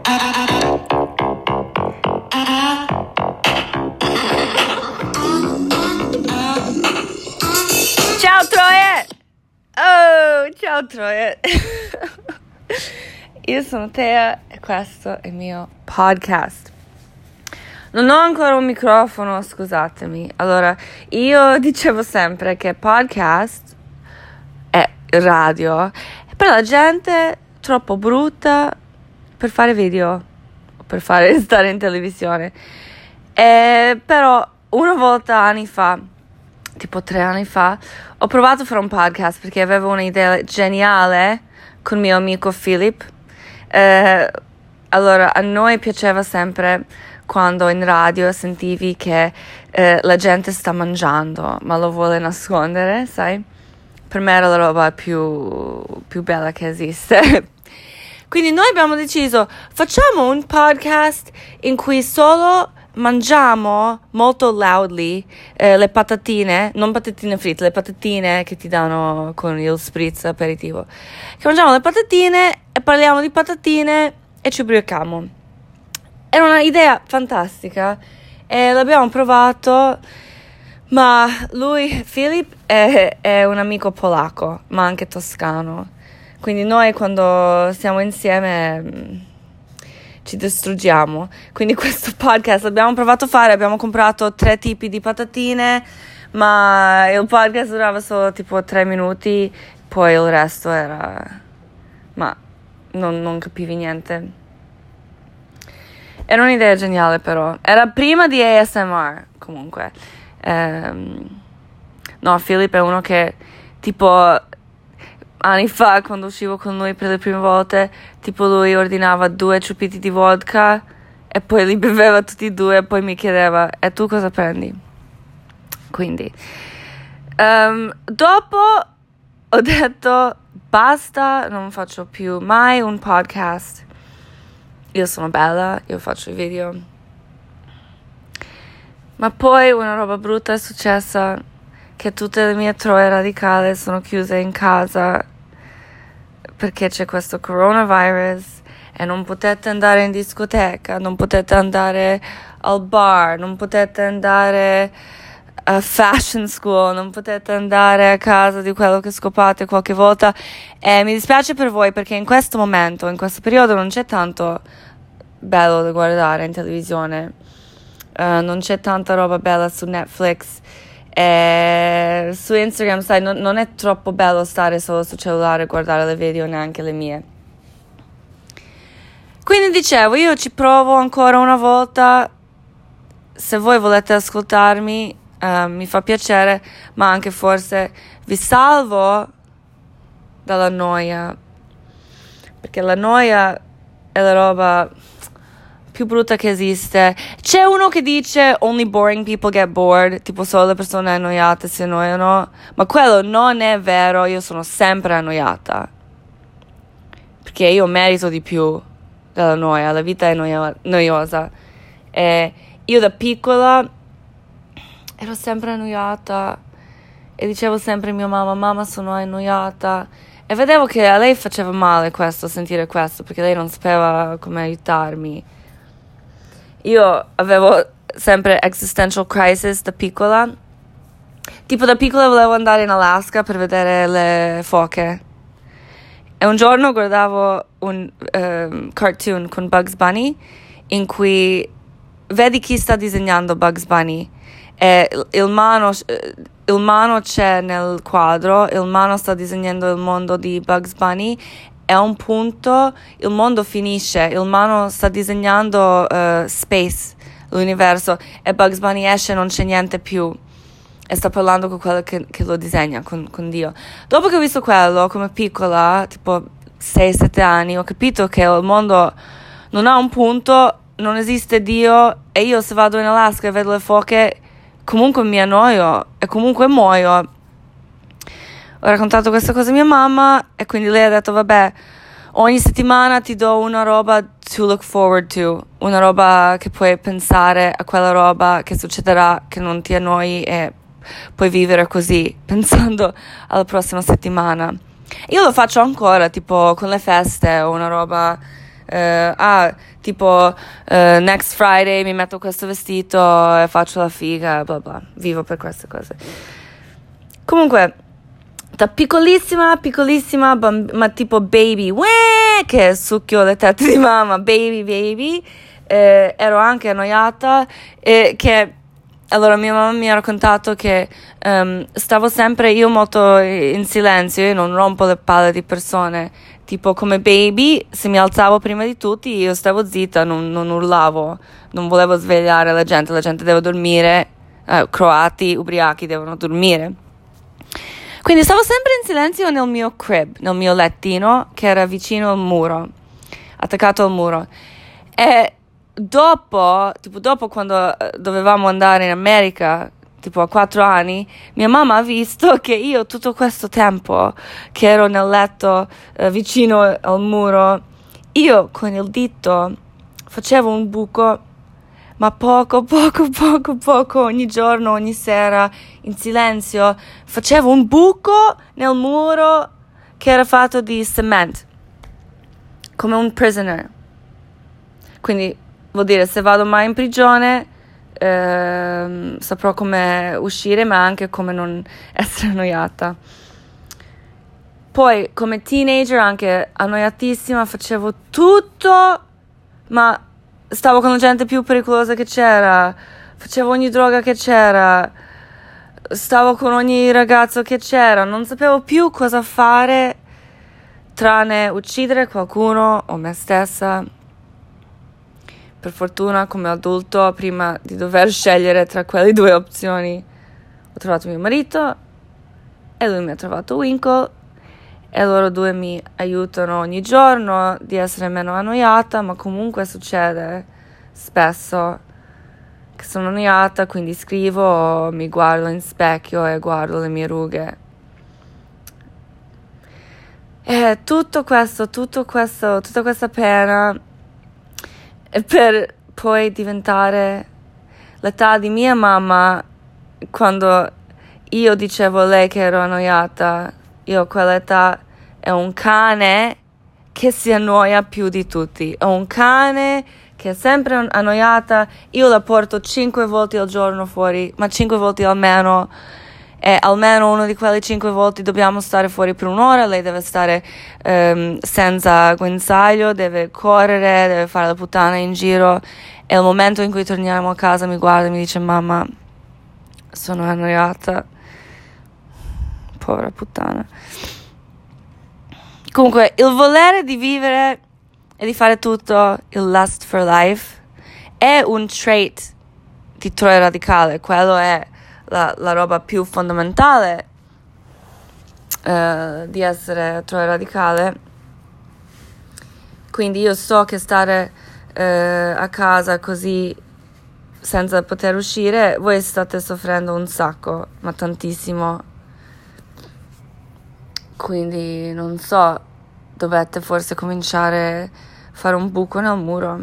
Ciao Troie! Oh, ciao Troie! Io sono Tea e questo è il mio podcast. Non ho ancora un microfono, scusatemi. Allora, io dicevo sempre che podcast è radio per la gente troppo brutta per fare video o per stare in televisione. Però una volta anni fa, tipo 3 anni fa, ho provato a fare un podcast perché avevo un'idea geniale con mio amico Philip. Allora, a noi piaceva sempre quando in radio sentivi che la gente sta mangiando, ma lo vuole nascondere, sai? Per me era la roba più bella che esiste. Quindi noi abbiamo deciso, facciamo un podcast in cui solo mangiamo molto loudly le patatine, non patatine fritte, le patatine che ti danno con il spritz aperitivo. Che mangiamo le patatine e parliamo di patatine e ci ubriachiamo. Era una idea fantastica e l'abbiamo provato, ma lui, Philip, è un amico polacco, ma anche toscano. Quindi noi quando siamo insieme ci distruggiamo. Quindi questo podcast l'abbiamo provato a fare, abbiamo comprato 3 tipi di patatine, ma il podcast durava solo tipo 3 minuti, poi il resto era... ma non capivi niente. Era un'idea geniale però. Era prima di ASMR, comunque. No, Philip è uno che tipo... anni fa, quando uscivo con lui per le prime volte, tipo lui ordinava 2 ciuppiti di vodka e poi li beveva tutti e 2 e poi mi chiedeva, e tu cosa prendi? Quindi, dopo ho detto, basta, non faccio più mai un podcast. Io sono bella, io faccio i video. Ma poi una roba brutta è successa, che tutte le mie troie radicali sono chiuse in casa perché c'è questo coronavirus e non potete andare in discoteca, non potete andare al bar, non potete andare a fashion school, non potete andare a casa di quello che scopate qualche volta. E mi dispiace per voi perché in questo momento, in questo periodo non c'è tanto bello da guardare in televisione, non c'è tanta roba bella su Netflix. Su Instagram, sai, non è troppo bello stare solo sul cellulare e guardare le video, neanche le mie. Quindi dicevo, io ci provo ancora una volta. Se voi volete ascoltarmi, mi fa piacere, ma anche forse vi salvo dalla noia, perché la noia è la roba più brutta che esiste. C'è uno che dice only boring people get bored, tipo solo le persone annoiate si annoiano, ma quello non è vero. Io sono sempre annoiata perché io merito di più della noia, la vita è noiosa e io da piccola ero sempre annoiata e dicevo sempre a mia mamma sono annoiata, e vedevo che a lei faceva male questo, sentire questo, perché lei non sapeva come aiutarmi. Io avevo sempre existential crisis da piccola. Tipo da piccola volevo andare in Alaska per vedere le foche. E un giorno guardavo un cartoon con Bugs Bunny in cui vedi chi sta disegnando Bugs Bunny. E il mano c'è nel quadro, il mano sta disegnando il mondo di Bugs Bunny. E a un punto il mondo finisce, il mano sta disegnando space, l'universo, e Bugs Bunny esce e non c'è niente più e sta parlando con quello che lo disegna, con Dio. Dopo che ho visto quello, come piccola, tipo 6-7 anni, ho capito che il mondo non ha un punto, non esiste Dio, e io se vado in Alaska e vedo le foche comunque mi annoio e comunque muoio. Ho raccontato questa cosa a mia mamma e quindi lei ha detto vabbè, ogni settimana ti do una roba to look forward to, una roba che puoi pensare a quella roba che succederà, che non ti annoi e puoi vivere così, pensando alla prossima settimana. Io lo faccio ancora, tipo con le feste o una roba tipo next Friday mi metto questo vestito e faccio la figa, bla bla, vivo per queste cose. Comunque, da piccolissima, ma tipo baby, che succhio le tette di mamma, baby, ero anche annoiata, che allora mia mamma mi ha raccontato che stavo sempre io molto in silenzio, io non rompo le palle di persone, tipo come baby, se mi alzavo prima di tutti io stavo zitta, non urlavo, non volevo svegliare la gente deve dormire, croati, ubriachi devono dormire. Quindi stavo sempre in silenzio nel mio crib, nel mio lettino che era vicino al muro, attaccato al muro. E dopo quando dovevamo andare in America, tipo a 4 anni, mia mamma ha visto che io tutto questo tempo che ero nel letto vicino al muro, io con il dito facevo un buco, ma poco, ogni giorno, ogni sera, in silenzio, facevo un buco nel muro che era fatto di cement, come un prisoner. Quindi vuol dire, se vado mai in prigione, saprò come uscire, ma anche come non essere annoiata. Poi, come teenager, anche annoiatissima, facevo tutto, ma stavo con la gente più pericolosa che c'era, facevo ogni droga che c'era, stavo con ogni ragazzo che c'era, non sapevo più cosa fare tranne uccidere qualcuno o me stessa. Per fortuna, come adulto, prima di dover scegliere tra quelle 2 opzioni, ho trovato mio marito e lui mi ha trovato Winkle, e loro 2 mi aiutano ogni giorno di essere meno annoiata, ma comunque succede spesso che sono annoiata, quindi scrivo, mi guardo in specchio e guardo le mie rughe. E tutta questa pena è per poi diventare l'età di mia mamma, quando io dicevo a lei che ero annoiata. Io a quell'età è un cane che si annoia più di tutti, è un cane che è sempre annoiata. Io la porto 5 volte al giorno fuori, ma 5 volte almeno, e almeno uno di quelle 5 volte dobbiamo stare fuori per 1 ora. Lei deve stare senza guinzaglio, deve correre, deve fare la puttana in giro, e il momento in cui torniamo a casa mi guarda e mi dice: mamma, sono annoiata. Povera puttana. Comunque, il volere di vivere e di fare tutto, il lust for life, è un trait di Troia Radicale. Quello è la roba più fondamentale di essere Troia Radicale. Quindi io so che stare a casa così senza poter uscire, voi state soffrendo un sacco, ma tantissimo. Quindi non so, dovete forse cominciare a fare un buco nel muro.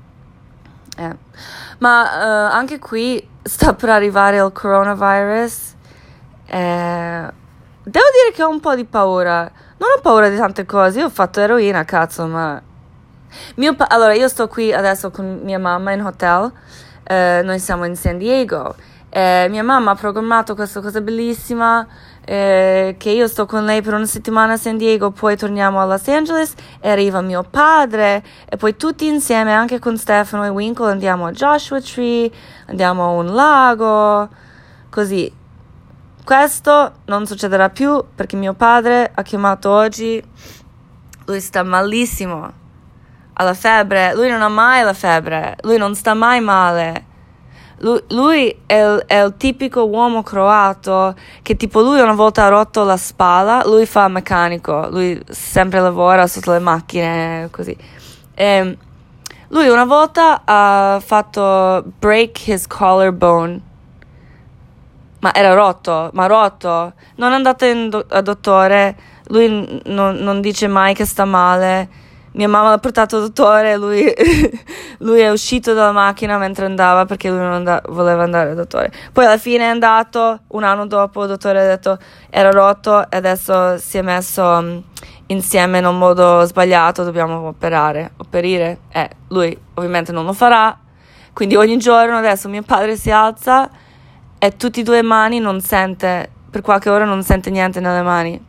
Ma anche qui sta per arrivare il coronavirus. Devo dire che ho un po' di paura. Non ho paura di tante cose, io ho fatto eroina, cazzo, ma... Allora, io sto qui adesso con mia mamma in hotel, noi siamo in San Diego. Mia mamma ha programmato questa cosa bellissima, che io sto con lei per 1 settimana a San Diego, poi torniamo a Los Angeles e arriva mio padre, e poi tutti insieme, anche con Stefano e Winkle, andiamo a Joshua Tree, andiamo a un lago, così. Questo non succederà più perché mio padre ha chiamato oggi, lui sta malissimo, ha la febbre, lui non ha mai la febbre, lui non sta mai male. Lui è il tipico uomo croato che tipo lui una volta ha rotto la spalla, lui fa meccanico, lui sempre lavora sotto le macchine così. Lui una volta ha fatto break his collarbone, ma era rotto, non è andato al dottore, lui non dice mai che sta male. Mia mamma l'ha portato al dottore, lui lui è uscito dalla macchina mentre andava perché lui non voleva andare al dottore. Poi alla fine è andato, un anno dopo il dottore ha detto era rotto e adesso si è messo insieme in un modo sbagliato, dobbiamo operare. Lui ovviamente non lo farà, quindi ogni giorno adesso mio padre si alza e tutte e due mani non sente, per qualche ora non sente niente nelle mani.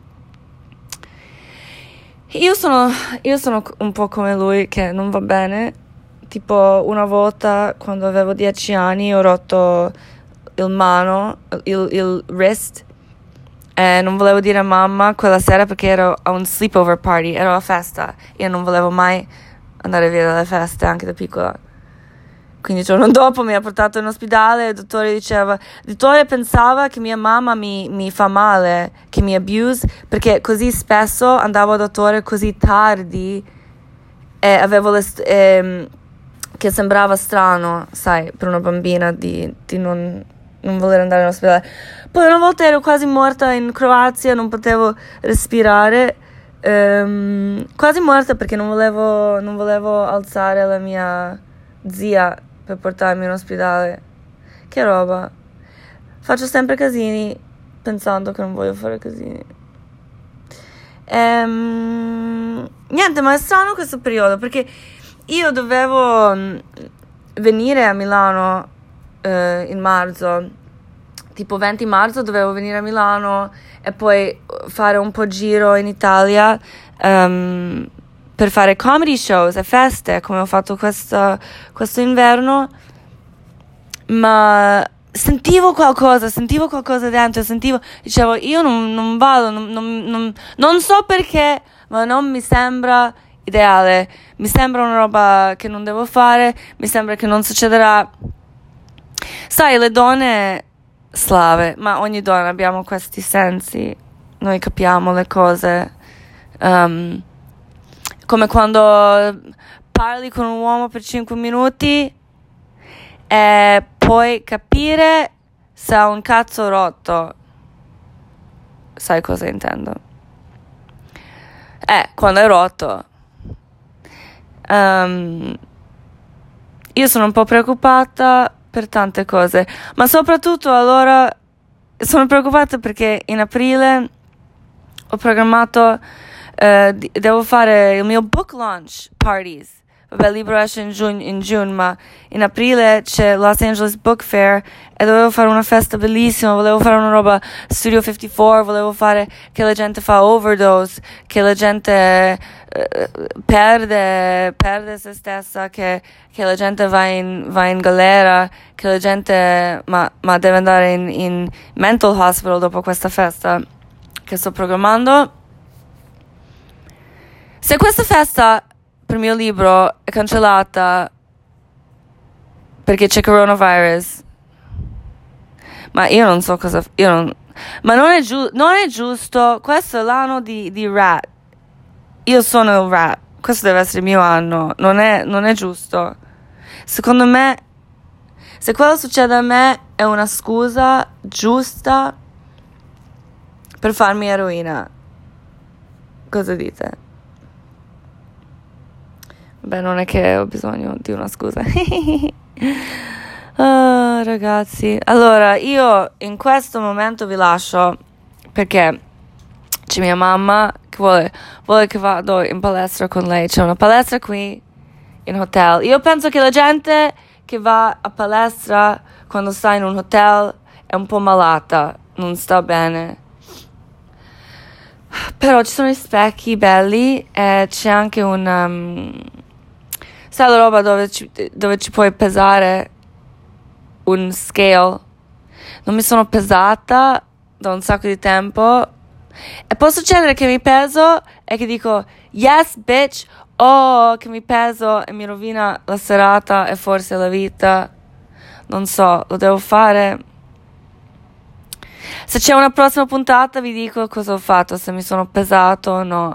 Io sono un po' come lui, che non va bene. Tipo una volta quando avevo 10 anni ho rotto il wrist e non volevo dire a mamma quella sera perché ero a un sleepover party, ero a festa. Io non volevo mai andare via dalle feste anche da piccola. Quindi il giorno dopo mi ha portato in ospedale e il dottore pensava che mia mamma mi fa male, che mi abuse, perché così spesso andavo al dottore così tardi e avevo che sembrava strano, sai, per una bambina di non voler andare in ospedale. Poi una volta ero quasi morta in Croazia, non potevo respirare, quasi morta perché non volevo alzare la mia zia per portarmi in ospedale. Che roba. Faccio sempre casini pensando che non voglio fare casini. Niente, ma è strano questo periodo perché io dovevo venire a Milano in marzo, tipo 20 marzo dovevo venire a Milano e poi fare un po' giro in Italia per fare comedy shows e feste come ho fatto questo inverno, ma sentivo qualcosa dentro, dicevo io non vado, non so perché, ma non mi sembra ideale, mi sembra una roba che non devo fare, mi sembra che non succederà. Sai, le donne slave, ma ogni donna abbiamo questi sensi, noi capiamo le cose, come quando parli con un uomo per 5 minuti e puoi capire se ha un cazzo rotto. Sai cosa intendo? Quando è rotto. Io sono un po' preoccupata per tante cose, ma soprattutto allora sono preoccupata perché in aprile ho programmato devo fare il mio book launch parties. Vabbè, il libro esce in giugno, ma in aprile c'è Los Angeles Book Fair e dovevo fare una festa bellissima, volevo fare una roba Studio 54, volevo fare che la gente fa overdose, che la gente perde se stessa, che la gente va in galera, che la gente ma deve andare in mental hospital dopo questa festa che sto programmando. Se questa festa per il mio libro è cancellata perché c'è coronavirus, ma io non so cosa, ma non è giusto, questo è l'anno di Rat, io sono il Rat, questo deve essere il mio anno, non è giusto. Secondo me, se quello succede a me è una scusa giusta per farmi eroina. Cosa dite? Beh, non è che ho bisogno di una scusa. Ragazzi, allora io in questo momento vi lascio perché c'è mia mamma che vuole che vado in palestra con lei. C'è una palestra qui in hotel. Io penso che la gente che va a palestra quando sta in un hotel è un po' malata, non sta bene. Però ci sono gli specchi belli e c'è anche sai la roba dove ci puoi pesare, un scale. Non mi sono pesata da un sacco di tempo e può succedere che mi peso e che dico yes bitch, che mi peso e mi rovina la serata e forse la vita. Non so, lo devo fare. Se c'è una prossima puntata vi dico cosa ho fatto, se mi sono pesato o no.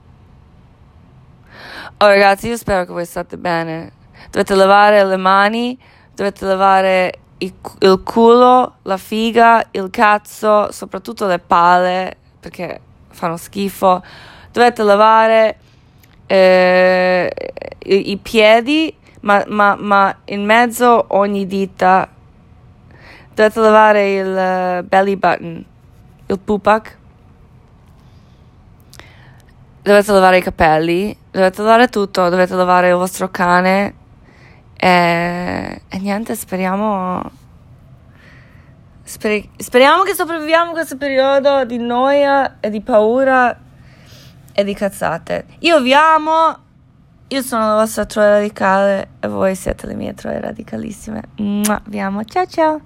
Oh ragazzi, io spero che voi state bene. Dovete lavare le mani, dovete lavare il culo, la figa, il cazzo, soprattutto le palle perché fanno schifo. Dovete lavare i piedi ma in mezzo ogni dita dovete lavare il belly button, il pupac, dovete lavare i capelli, dovete lavare tutto, dovete lavare il vostro cane e niente, speriamo che sopravviviamo questo periodo di noia e di paura e di cazzate. Io vi amo, io sono la vostra Troia radicale e voi siete le mie Troie radicalissime. Vi amo, ciao ciao.